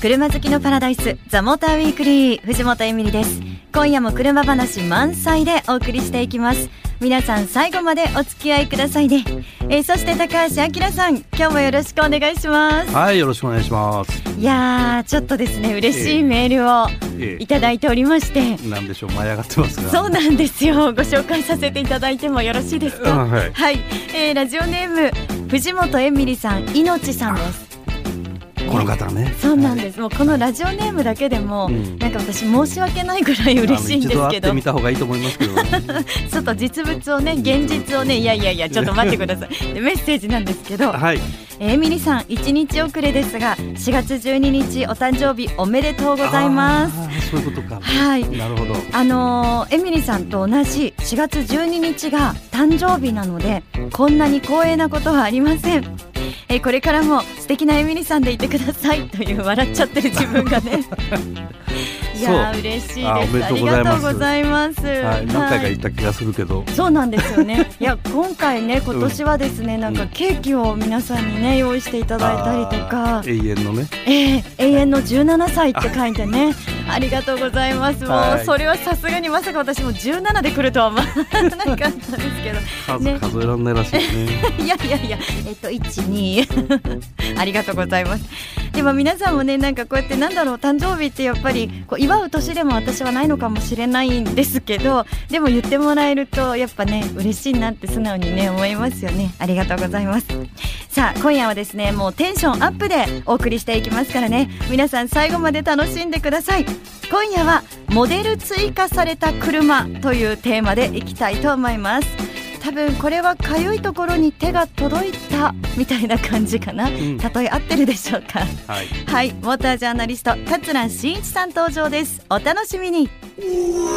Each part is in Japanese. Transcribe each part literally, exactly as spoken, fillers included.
車好きのパラダイスザモーターウィークリー、藤本エミリです。今夜も車話満載でお送りしていきます。皆さん最後までお付き合いくださいね。えー、そして高橋明さん、今日もよろしくお願いします。 はい、よろしくお願いします。 いやー、ちょっとですね、嬉しいメールをいただいておりまして、ええなんでしょう、舞い上がってますが。 そうなんですよ。ご紹介させていただいてもよろしいですか？ はい、 はい、えー、ラジオネーム藤本エミリさん、いのちさんです。 この方ね。 そうなんです。もうこのラジオネームだけでも、うん、なんか私申し訳ないぐらい嬉しいんですけど、 一度会ってみた方がいいと思いますけどね。 ちょっと実物をね、現実をね、いやいやいやちょっと待ってください。でメッセージなんですけど、 はい、 エミリさんいちにち遅れですがしがつじゅうににちお誕生日おめでとうございます。 あ、そういうことか。 はい、なるほど。 あのー、エミリさんと同じしがつじゅうににちが誕生日なので、こんなに光栄なことはありません。えー、これからも素敵なエミリさんでいてくださいという笑っちゃってる自分がねいやー嬉しいです。 あ, ありがとうございます。 はい、何回か言った気がするけど、はい、 そうなんですよね。いや今回ね、今年はですね、うん、なんかケーキを皆さんにね用意していただいたりとか、 永遠のね、 えー、永遠のじゅうななさいって書いてね、ありがとうございます。もう、はい、それはさすがにまさか私もじゅうななで来るとは思わなかったんですけど数、ね、数えられないらしいね。 いやいやいや、えっといち、にありがとうございます。でも皆さんもね、なんかこうやってなんだろう、誕生日ってやっぱりこう祝う年でも私はないのかもしれないんですけど、でも言ってもらえるとやっぱね嬉しいなって素直にね思いますよね。ありがとうございます。さあ今夜はですね、もうテンションアップでお送りしていきますからね、皆さん最後まで楽しんでください。今夜はモデル追加された車というテーマでいきたいと思います。多分これはかゆいところに手が届いたみたいな感じかな、うん、例え合ってるでしょうか。はい、はい、モータージャーナリスト桂真一さん登場です。お楽しみに。 The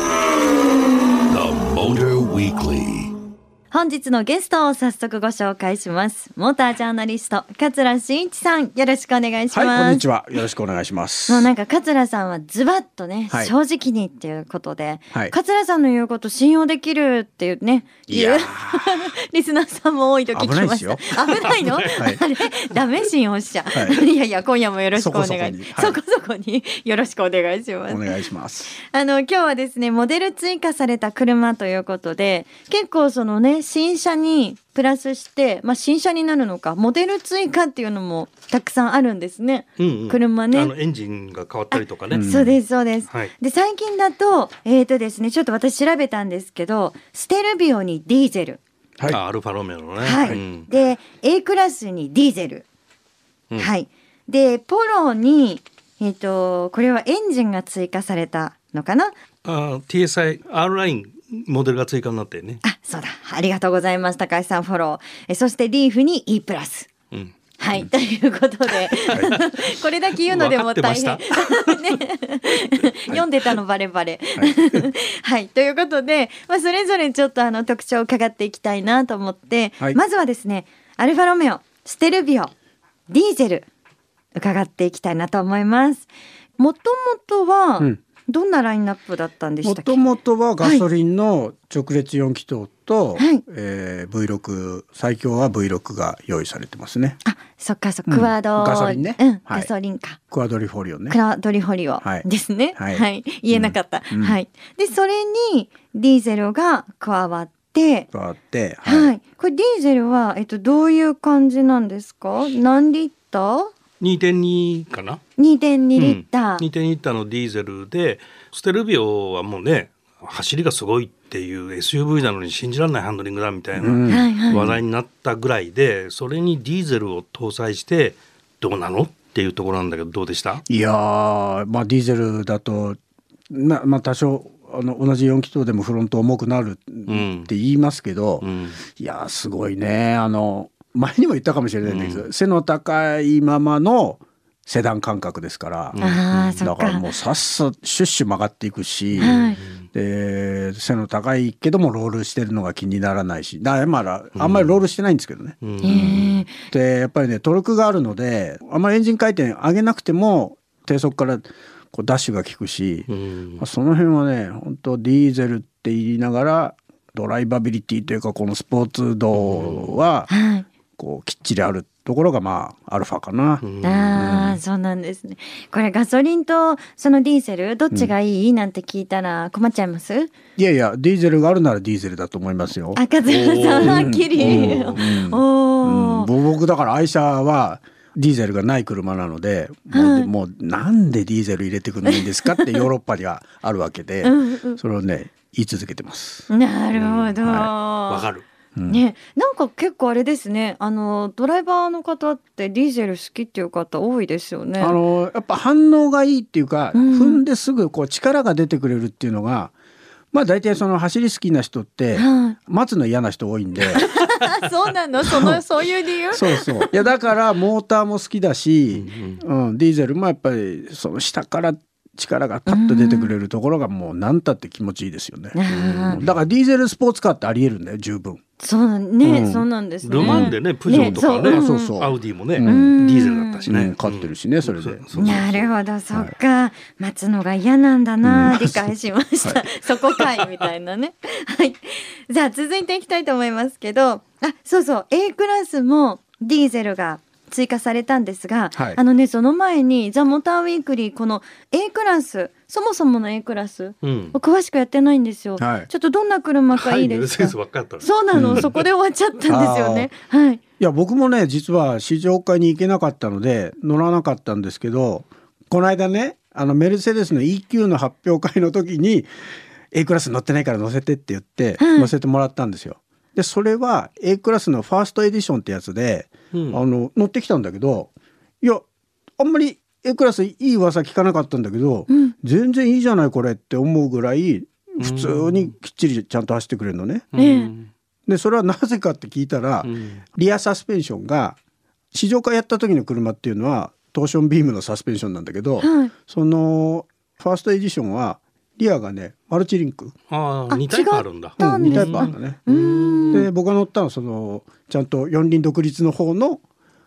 Motor Weekly、本日のゲストを早速ご紹介します。モータージャーナリスト桂真一さん、よろしくお願いします。 はい、こんにちは、よろしくお願いします。 もうなんか桂さんはズバッとね、はい、正直にっていうことで、はい、桂さんの言うこと信用できるっていうね、いやリスナーさんも多いと聞きました。危ないの、はい、あれダメ信用しちゃう、はい、いやいや今夜もよろしくお願い、そこそこに、はい、そこそこによろしくお願いします。 お願いします。 あの今日はですね、モデル追加された車ということで、結構そのね新車にプラスして、まあ、新車になるのかモデル追加っていうのもたくさんあるんですね、うんうん、車ね、 あのエンジンが変わったりとかね、 そうですそうです、はい、で最近だとえーとですねちょっと私調べたんですけど、ステルビオにディーゼル、 はい、あアルファロメオのね、 はい、うん、で A クラスにディーゼル、うん、はい、でポロにえーとこれはエンジンが追加されたのかな、 あ ティーエスアイ R ラインモデルが追加になってね。 あ、そうだ、ありがとうございます。高橋さんフォロー。えそしてリーフに E プラス、うん、はい、うん、ということで、はい、これだけ言うのでも大変、ね、読んでたのバレバレ、はい、はい、ということで、まあ、それぞれちょっとあの特徴を伺っていきたいなと思って、はい、まずはですねアルファロメオ、ステルビオ、ディーゼル伺っていきたいなと思います。もともとは、うん、どんなラインナップだったんでしたっけ？ もともとはガソリンの直列よん気筒と、はい、えー、ブイろく、最強は ブイろく が用意されてますね。 あ、そっかそっか、クワド、 うん、ガソリンね、 うん、ガソリンか、はい、 クワドリフォリオね、 クワドリフォリオですね、はい、はい、言えなかった、 うん、 はい、でそれにディーゼルが加わって加わって、 はい、はい、これディーゼルは、えっと、どういう感じなんですか？何リッター？ にてんに かなにてんに リッター、うん、 にてんにリッターのディーゼルで、ステルビオはもうね走りがすごいっていう エスユーブイ なのに信じられないハンドリングだみたいな話題になったぐらいで、それにディーゼルを搭載してどうなのっていうところなんだけど、どうでした？ いやー、まあ、ディーゼルだと、ままあ、多少あの同じよん気筒でもフロント重くなるって言いますけど、うんうん、いやーすごいね。あの前にも言ったかもしれないんだけど、うん、背の高いままのセダン感覚ですから、うん、だからもうさっさシュッシュ曲がっていくし、はい、で背の高いけどもロールしてるのが気にならないし、だからまだあんまりロールしてないんですけどね、うん、でやっぱりねトルクがあるので、あんまりエンジン回転上げなくても低速からこうダッシュが効くし、うんまあ、その辺はね本当ディーゼルって言いながらドライバビリティというかこのスポーツ度はこうきっちりあるところがまあアルファかな。 うん、ああ、そうなんですね。これガソリンとそのディーゼルどっちがいい、うん、なんて聞いたら困っちゃいます？ いやいや、ディーゼルがあるならディーゼルだと思いますよ。 あ、桂さんはっきり。 おお、僕だから愛車はディーゼルがない車なので、もう、はい、もうなんでディーゼル入れてくるのいいんですかってヨーロッパにはあるわけで、うんうん、それをね言い続けてます。 なるほど。 わ、はい、かる。 ね、なんか結構あれですね、あのドライバーの方ってディーゼル好きっていう方多いですよね。 あのやっぱ反応がいいっていうか、うん、踏んですぐこう力が出てくれるっていうのが、まあ大体その走り好きな人って、はい、待つの嫌な人多いんでそうなの？そのそういう理由？ そうそう。いやだからモーターも好きだし、うんうん、ディーゼルもやっぱりその下から力がパッと出てくれるところがもう何たって気持ちいいですよね。うん、だからディーゼルスポーツカーってありえるんだよ十分。 そうね、うん、そうなんですね。 ルマンでね、プジョーとかね、ね、そうそう、アウディもね、うん、ディーゼルだったしね、うん、 勝ってるしね、それで。 なるほど、そっか、はい、待つのが嫌なんだな、うん、理解しました。はい、そこかいみたいなね。はい。じゃあ続いていきたいと思いますけど、あ、そうそう、A クラスもディーゼルが追加されたんですが、はい、あのね、その前にザ・モーターウィークリーこの A クラス、そもそもの A クラス、うん、詳しくやってないんですよ、はい、ちょっとどんな車かいいですか？ はい、 そうなの、うん、そこで終わっちゃったんですよね。はい、いや僕もね実は試乗会に行けなかったので乗らなかったんですけど、この間ねあのメルセデスの イーキュー の発表会の時に A クラス乗ってないから乗せてって言って、はい、乗せてもらったんですよ。でそれは A クラスのファーストエディションってやつで、うん、あの乗ってきたんだけど、いやあんまり A クラスいい噂聞かなかったんだけど、うん、全然いいじゃないこれって思うぐらい普通にきっちりちゃんと走ってくれるのね。うん、でそれはなぜかって聞いたら、うん、リアサスペンションが試乗会やった時の車っていうのはトーションビームのサスペンションなんだけど、はい、そのファーストエディションはリアがねマルチリンク。 ああ、にタイプあるんだ。 うん、にタイプあるんだね。で僕が乗ったのはそのちゃんと四輪独立の方の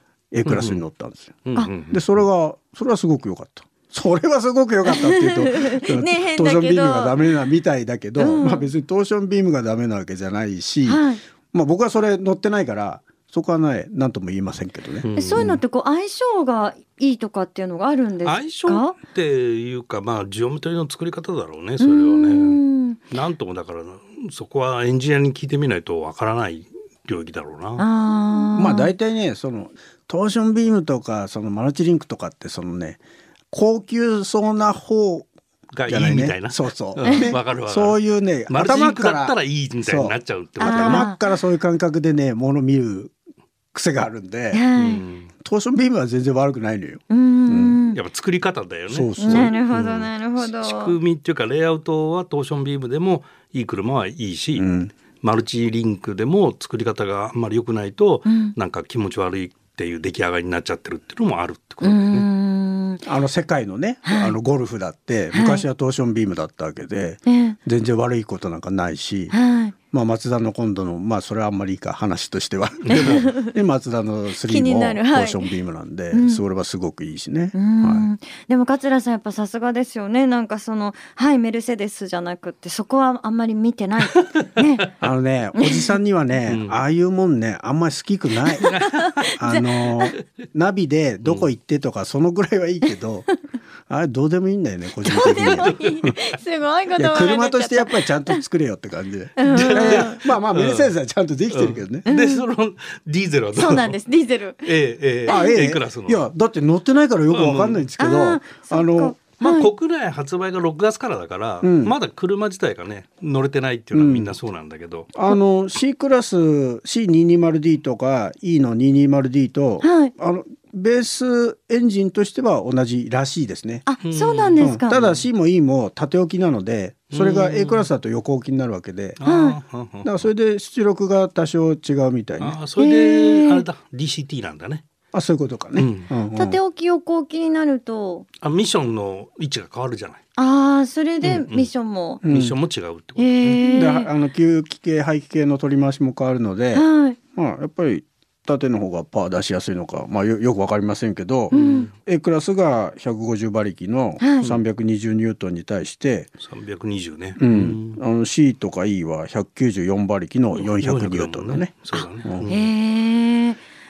A クラスに乗ったんですよ。うんうん、でそれがそれはすごく良かった。それはすごく良かったっていうとね、トーションビームがダメなみたいだけど、うん、まあ別にトーションビームがダメなわけじゃないし、はい、まあ僕はそれ乗ってないからそこはね何とも言いませんけどね。 うん、そういうのってこう相性がいいとかっていうのがあるんですか？ 相性っていうかまあジオメトリの作り方だろうね、それはね。なんともだからそこはエンジニアに聞いてみないとわからない領域だろうな。 あまあ大体ねそのトーションビームとかそのマルチリンクとかってそのね高級そうな方がいいみたいな。 そうそう。 わ、うんね、かるわかる。 そういうねマルチリンクだったらいいみたいになっちゃうってことだね。 頭からそういう感覚でねもの見る癖があるんで、うん、トーションビームは全然悪くないのよ。うんうん、やっぱ作り方だよね。 そうそう。 なるほどなるほど。 仕組みっていうかレイアウトはトーションビームでもいい車はいいし、うん、マルチリンクでも作り方があんまり良くないと、うん、なんか気持ち悪いっていう出来上がりになっちゃってるっていうのもあるってことだよね。 あの世界のね、はい、あのゴルフだって昔はトーションビームだったわけで、はい、全然悪いことなんかないし、はい、まあマツダの今度のまあそれはあんまりいいか話としてはでもでマツダのスリーもトーションビームなんで、はい、それはすごくいいしね。 はい、でも桂さんやっぱさすがですよね。なんかそのはいメルセデスじゃなくってそこはあんまり見てない、ね、 あのねおじさんにはね、うん、ああいうもんねあんまり好きくないあのナビでどこ行ってとかそのぐらいはいいけど、あれどうでもいいんだよね個人的に。 どうでもいいすごいことが車としてやっぱりちゃんと作れよって感じで、うん、まあまあメルセデスはちゃんとできてるけどね、 うん、でそのディーゼルはどう？ そうなんですディーゼル A, A, あ A, A クラスのいやだって乗ってないからよくわかんないんですけど、うんうん、あ, あのまあ、国内発売がろくがつからだから、うん、まだ車自体がね乗れてないっていうのはみんなそうなんだけど、 うん、あの C クラス シーにひゃくにじゅうディー とか E の にひゃくにじゅうディー と、はい、あのベースエンジンとしては同じらしいですね。 あ、そうなんですか。 うん、ただ C も E も縦置きなのでそれが A クラスだと横置きになるわけで、だからそれで出力が多少違うみたいね。 あ、それであれだ ディーシーティー なんだね。 あ、そういうことかね。うんうんうん、縦置き横置きになるとあミッションの位置が変わるじゃない。 あ、それでミッションも、 うんうん、ミッションも違うってことね。 であの吸気系排気系の取り回しも変わるので、はい、まあ、やっぱり縦の方がパワー出しやすいのか、まあ、よ, よくわかりませんけど、うん、A クラスがひゃくごじゅう馬力のさんびゃくにじゅうニュートンに対して、 さんびゃくにじゅうね、 うん、あの C とか E はひゃくきゅうじゅうよん馬力のよんひゃくニュートンだね。 そうだね、うん、 へー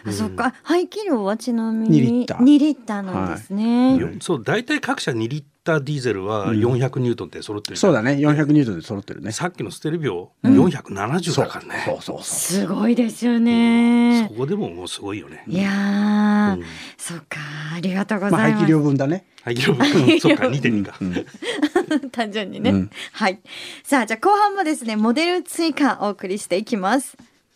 あ、そっか。排気量はちなみににリッターにリッターなんですね。 よそう大体各社にリッターディーゼルはよんひゃくニュートンって揃ってる、うん、 そうだね、よんひゃくニュートンで揃ってるね。 さっきのステルビオよんひゃくななじゅうだからね、 そうそうそうそう、 すごいですよね、 うん、そこでももうすごいよね。 いやー、うん、そっか、ありがとうございます。 まあ、排気量分だね。 排気量分そっか にてんに か、うん、 単純にね、うん、はい。さあ、じゃあ後半もですねモデル追加お送りしていきます。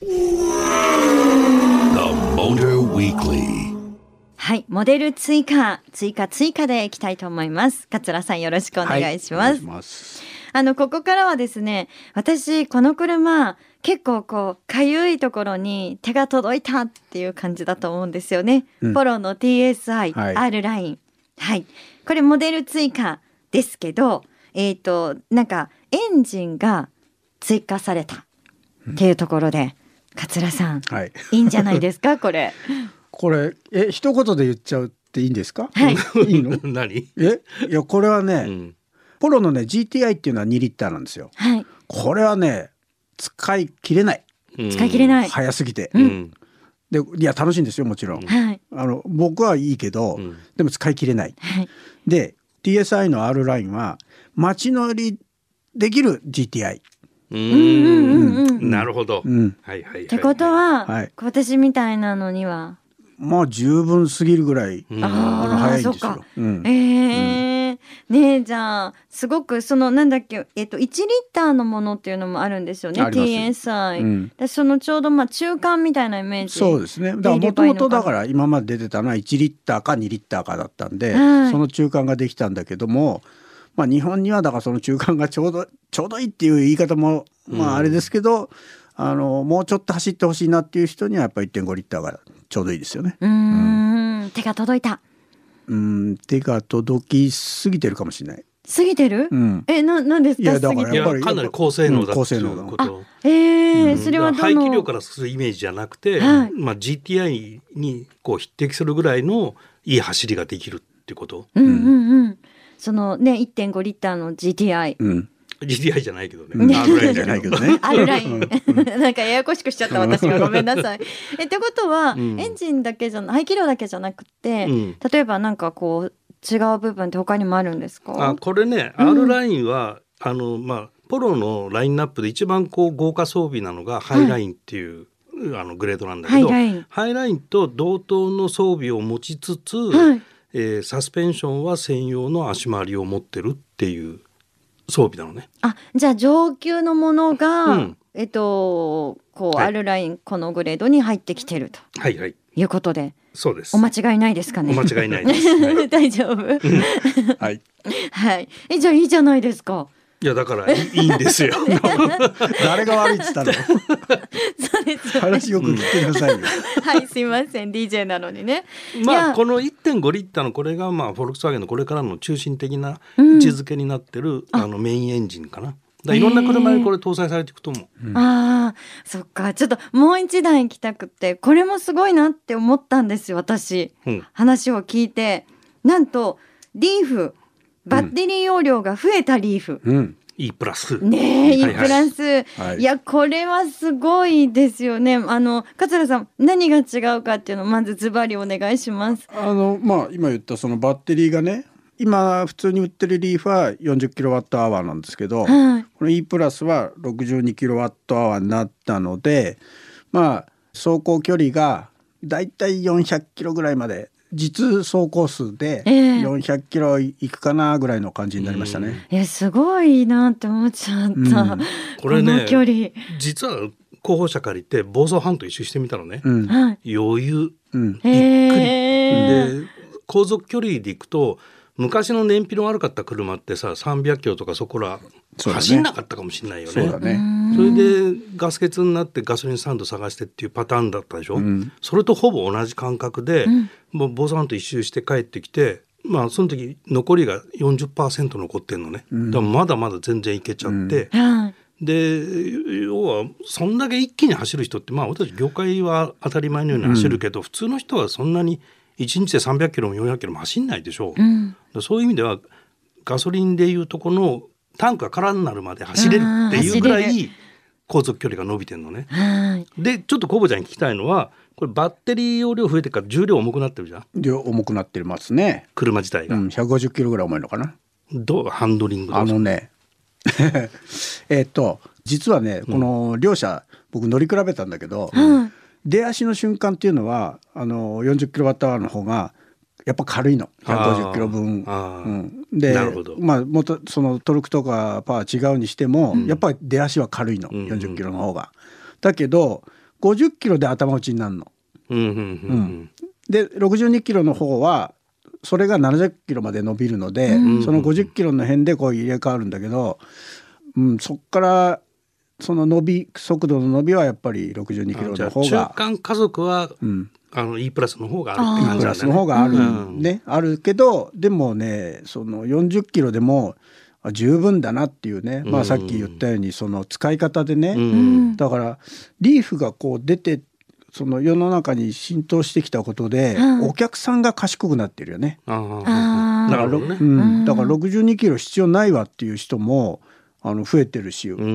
はい、モデル追加追加追加でいきたいと思います。桂さん、よろしくお願いします。はい、お願いします。あのここからはですね、私この車結構こうかゆいところに手が届いたっていう感じだと思うんですよね、うん、ポロの ティーエスアイ、はい、R ライン、はい、これモデル追加ですけど、えーとなんかエンジンが追加されたっていうところで、うん、桂さん、はい、いいんじゃないですかこれ。 これえ一言で言っちゃうっていいんですか？ はい。 いいの？ 何？ えいやこれはね、うん、ポロのね ジーティーアイ っていうのはにリッターなんですよ。 はい。 これはね使い切れない。 使い切れない。 早すぎて。 うん。 でいや楽しいんですよもちろん。 はい。 あの僕はいいけど、うん、でも使い切れない。 はい。 で ティーエスアイ の R ラインは街乗りできる ジーティーアイ。 うーん、なるほど。 うん。 はいはいはい。ってことは、はい、私みたいなのには。 まあ十分すぎるぐらい、うん、あの早いんですよ。 うん、えーうん、ねえ、じゃあすごくそのなんだっけ、えっといちリッターのものっていうのもあるんですよね。ティーエスアイ、うん、でそのちょうどまあ中間みたいなイメージ。 そうですね。だからもともとだから今まで出てたのはいちリッターかにリッターかだったんで、はい、その中間ができたんだけども、まあ日本にはだからその中間がちょうどちょうどいいっていう言い方もまああれですけど。うん、あのもうちょっと走ってほしいなっていう人にはやっぱり いってんごリッターがちょうどいいですよね。 うーん、うん、手が届いた。 うん手が届きすぎてるかもしれない。 過ぎてる？うん、えななんですか？ いやだからやっぱりかなり高性能だっていうこと。 えーうん、それはどの排気量からするイメージじゃなくて、はい、まあ ジーティーアイ にこう匹敵するぐらいのいい走りができるっていうこと。 うんうんうん。そのね いってんごリッターの ジーティーアイ。 うん。ジーティーアイ じゃないけどね。R ラインじゃないけどね。 R ラインなんかややこしくしちゃった私がごめんなさい。えってことは、うん、エンジンだけじゃ排気量だけじゃなくて、うん、例えばなんかこう違う部分って他にもあるんですか？ あこれね、うん、R ラインはあのまあポロのラインナップで一番こう豪華装備なのがハイラインっていう、はい、あのグレードなんだけど、ハイライン、ハイラインと同等の装備を持ちつつ、はい、えー、サスペンションは専用の足回りを持ってるっていう装備なのね。 あ、じゃあ上級のものが、うん、えっとこう、はい、R ラインこのグレードに入ってきてると、 はいはい、 いうことで、 そうです。 お間違いないですかね。 お間違いないです。はい、 大丈夫。 はいはい。えじゃあいいじゃないですか。 いやだからいいんですよ。 誰が悪いって言ったの？ そうですよね。 話よく聞いてくださいよ。 うん、はいすいません ディージェー なのにね。 まあこの いってんごリッターのこれがまあフォルクスワーゲンのこれからの中心的な位置づけになってる、うん、あのメインエンジンかな。だいろんな車にこれ搭載されていくと思う。 うん、ああそっか、ちょっともう一台行きたくて、これもすごいなって思ったんですよ私、うん、話を聞いて。なんとリーフバッテリー容量が増えたリーフ、 うん、E プラスねえ、はいはい、E プラス、はい、いやこれはすごいですよね。あの桂さん何が違うかっていうのをまずズバリお願いします。 あのまあ今言ったそのバッテリーがね、今普通に売ってるリーフは よんじゅっキロワットアワー なんですけど、はい、この E プラスは ろくじゅうにキロワットアワー になったので、まあ走行距離がだいたいよんひゃくキロぐらいまで、実走行数でよんひゃくキロいくかなぐらいの感じになりましたね。 えー、すごいなって思っちゃった、うん、 これね、 この距離実は候補者借りて房総半島一周してみたのね、うん、余裕、うん、びっくり、 えー、で航続距離で行くと昔の燃費の悪かった車ってささんびゃくキロとかそこら走んなかったかもしれないよね。 そうだね。 それでガス欠になってガソリンスタンド探してっていうパターンだったでしょ、うん、それとほぼ同じ感覚で、うん、もう房総半島一周して帰ってきて、まあその時残りが よんじゅっパーセント 残ってんのね、うん、だからまだまだ全然いけちゃって、うん、で要はそんだけ一気に走る人って、まあ私業界は当たり前のように走るけど、うん、普通の人はそんなにいちにちでさんびゃくキロもよんひゃくキロも走んないでしょう、うん、そういう意味ではガソリンでいうとこのタンクが空になるまで走れるっていうぐらい航続距離が伸びてるのね。 はい。 でちょっとコボちゃんに聞きたいのは、これバッテリー容量増えてから重量重くなってるじゃん。 量重くなってますね。 車自体が、 うん、ひゃくごじゅっキロぐらい重いのかな。 どうハンドリングどうあのねえっと実はね、この両車僕乗り比べたんだけど、うん、出足の瞬間っていうのはあのよんじゅっキロワットアワーの方がやっぱ軽いの、ひゃくごじゅっキロぶん、うん、でなるほど、まあ、もっとそのトルクとかパワー違うにしても、うん、やっぱり出足は軽いの、うん、よんじゅっキロの方が。だけどごじゅっキロで頭打ちになるの、うんうんうんうん、でろくじゅうにキロの方はそれがななじゅっキロまで伸びるので、うん、そのごじゅっキロの辺でこう入れ替わるんだけど、うん、そっからその伸び速度の伸びはやっぱりろくじゅうにキロの方が、 中間加速は、うん、あの E プラスの方があるって感じなんだね。 E プラスの方がある、 うんね、あるけどでもねそのよんじゅっキロでも十分だなっていうね、まあ、さっき言ったようにその使い方でね、うん、だからリーフがこう出てその世の中に浸透してきたことで、うん、お客さんが賢くなってるよね。あだから、ねうん、だからろくじゅうにキロ必要ないわっていう人もあの増えてるし、うん、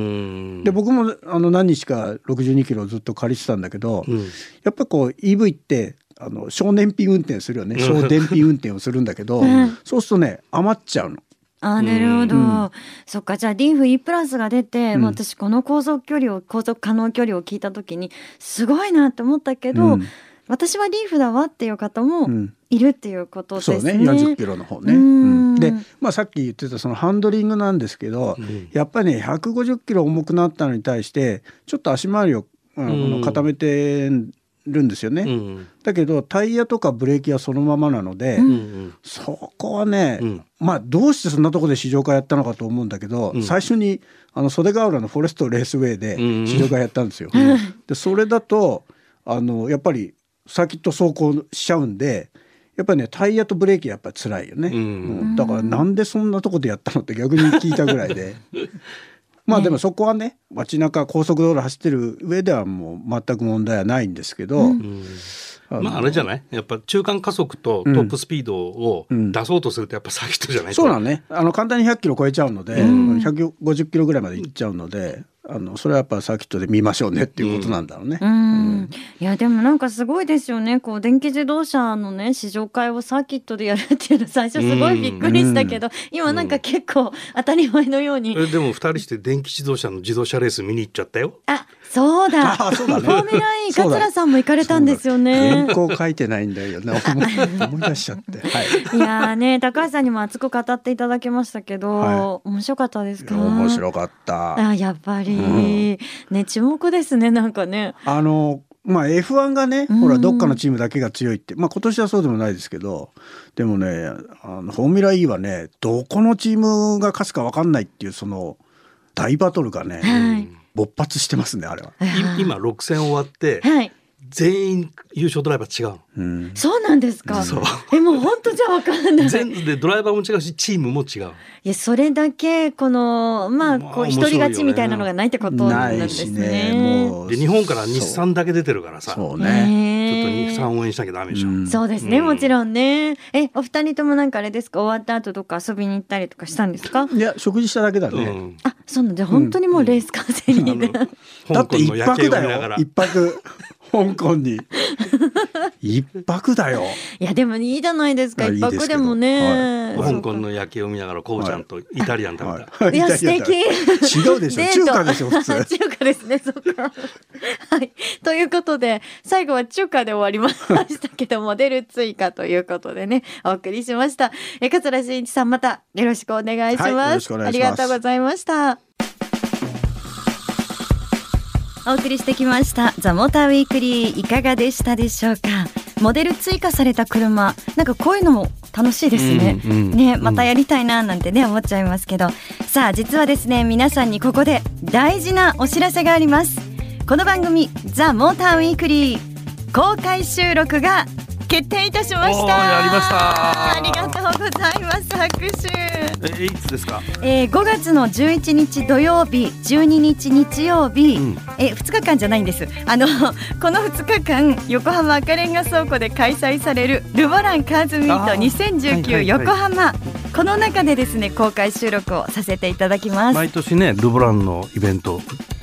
で僕もあの何日かろくじゅうにキロずっと借りてたんだけど、うん、やっぱこう イーブイ ってあの小燃費運転するよね、小電費運転をするんだけど、うん、そうするとね余っちゃうの。 あなるほど、うん、そっか。じゃあリーフ E プラスが出て、うん、私この航続距離を航続可能距離を聞いた時にすごいなって思ったけど、うん、私はリーフだわっていう方もいるっていうことですね、うん、 そうねよんじゅっキロの方ね、うん、で、まあ、さっき言ってたそのハンドリングなんですけど、うん、やっぱりねひゃくごじゅっキロ重くなったのに対してちょっと足回りを、うん、固めてるんですよね、うん、だけどタイヤとかブレーキはそのままなので、うん、そこはね、うん、まあどうしてそんなところで試乗会やったのかと思うんだけど、うん、最初にあの袖ヶ浦のフォレストレースウェイで試乗会やったんですよ、うん、でそれだとあのやっぱりサーキット走行しちゃうんでやっぱりねタイヤとブレーキやっぱ辛いよね、うんうん、だからなんでそんなとこでやったのって逆に聞いたぐらいでまあでもそこはね街中高速道路走ってる上ではもう全く問題はないんですけど、うん、 あまああれじゃないやっぱ中間加速とトップスピードを出そうとするとやっぱサーキットじゃない、うん、 そうなのね。あの簡単にひゃっキロ超えちゃうので、うん、ひゃくごじゅっキロぐらいまでいっちゃうのであのそれはやっぱサーキットで見ましょうねっていうことなんだろうね、うんうん、いやでもなんかすごいですよね。こう電気自動車のね試乗会をサーキットでやるっていうの最初すごいびっくりしたけど、うん、今なんか結構当たり前のように、 うん、えでもふたりして電気自動車の自動車レース見に行っちゃったよ。 あそうだあそうだ、ね、 フォーミュラ E 桂さんも行かれたんですよね。 原稿書いてないんだよね思い出しちゃって、はい、 いやね高橋さんにも熱く語っていただきましたけど、はい、面白かったですか？ 面白かった。 あやっぱり、うん、ね注目ですね。なんかねあのまあ エフワン がね、うん、ほらどっかのチームだけが強いって、まあ、今年はそうでもないですけどでもねあのフォーミュラ E はねどこのチームが勝つか分かんないっていうその大バトルがね、はい、勃発してますねあれは。 今ろく戦終わって、はい、全員優勝ドライバー違う、うん、 そうなんですか。そうえもう本当じゃ分かんない。 全部でドライバーも違うしチームも違う。 いやそれだけこのまあこう一人勝ちみたいなのがないってことなんですね。ないしねもうで日本から日産だけ出てるからさそうねちょっと日産応援しなきゃダメでしょ、うん、 そうですね、うん、もちろんね。えお二人ともなんかあれですか終わった後とか遊びに行ったりとかしたんですか？ いや食事しただけだね、うん、 あそうなんで本当にもうレース観戦に、うん、 だって一泊だよ一泊香港に一泊だよ。 いやでもいいじゃないですか一泊でもね、 はい、香港の夜景を見ながらこうちゃんとイタリアン食べた、 はいはい、いや素敵。 違うでしょ中華でしょ普通中華ですねそっかはいということで最後は中華で終わりましたけどモデル追加ということでねお送りしました。え桂真一さんまたよろしくお願いします、はい、よろしくお願いします。ありがとうございました。お送りしてきましたザ・モーターウィークリーいかがでしたでしょうか。モデル追加された車なんかこういうのも楽しいですね、うんうんねまたやりたいななんてね思っちゃいますけどさあ実はですね皆さんにここで大事なお知らせがあります。この番組ザ・モーターウィークリー公開収録が決定いたしました。 やりましたありがとうございます。拍手。 えいつですか？ えー、ごがつのじゅういちにち土曜日じゅうににち日曜日、うん、えふつかかんじゃないんです。あのこのふつかかん横浜赤レンガ倉庫で開催されるルボランカーズミートにせんじゅうきゅう横浜、はいはいはい、この中でですね公開収録をさせていただきます。 毎年ねルボランのイベント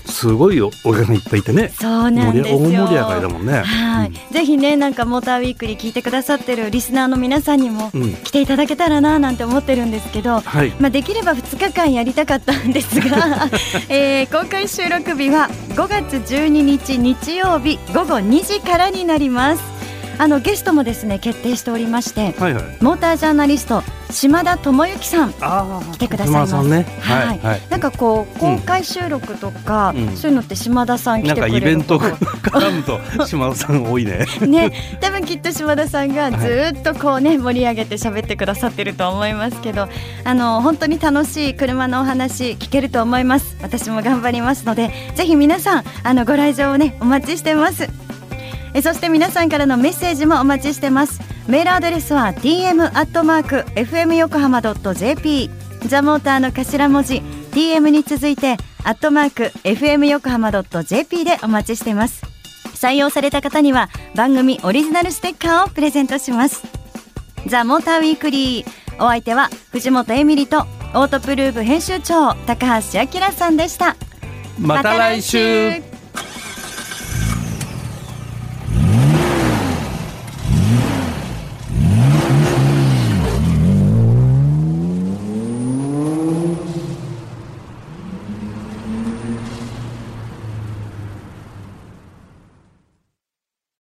すごいお客さんいっぱいいてね。 そうなんですよ。 大盛り上がりだもんね。 はい、うん、ぜひねなんかモーターウィークリー聞いてくださってるリスナーの皆さんにも来ていただけたらななんて思ってるんですけど、はい、まあ、できればふつかかんやりたかったんですが、えー、公開収録日はごがつじゅうににち日曜日ごごにじからになります。あのゲストもですね決定しておりまして、はいはい、モータージャーナリスト島田智之さん来てくださいます。 ね、 はいはいはい、なんかこう公開収録とか、うん、そういうのって島田さん来てくれるの、 なんかイベント絡むと島田さん多いね。 ね、多分きっと島田さんがずっとこうね盛り上げて喋ってくださってると思いますけど、あの本当に楽しい車のお話聞けると思います。私も頑張りますのでぜひ皆さんあのご来場をねお待ちしてます。えそして皆さんからのメッセージもお待ちしてます。メールアドレスは ティーエム アットマーク エフエム 横浜 ドット ジェーピー ザモーターの頭文字 ティーエム に続いてアットマーク エフエム 横浜 ドット ジェーピー でお待ちしてます。採用された方には番組オリジナルステッカーをプレゼントします。ザ・モーターウィークリー、お相手は藤本エミリとオートプルーブ編集長高橋明さんでした。 また来週。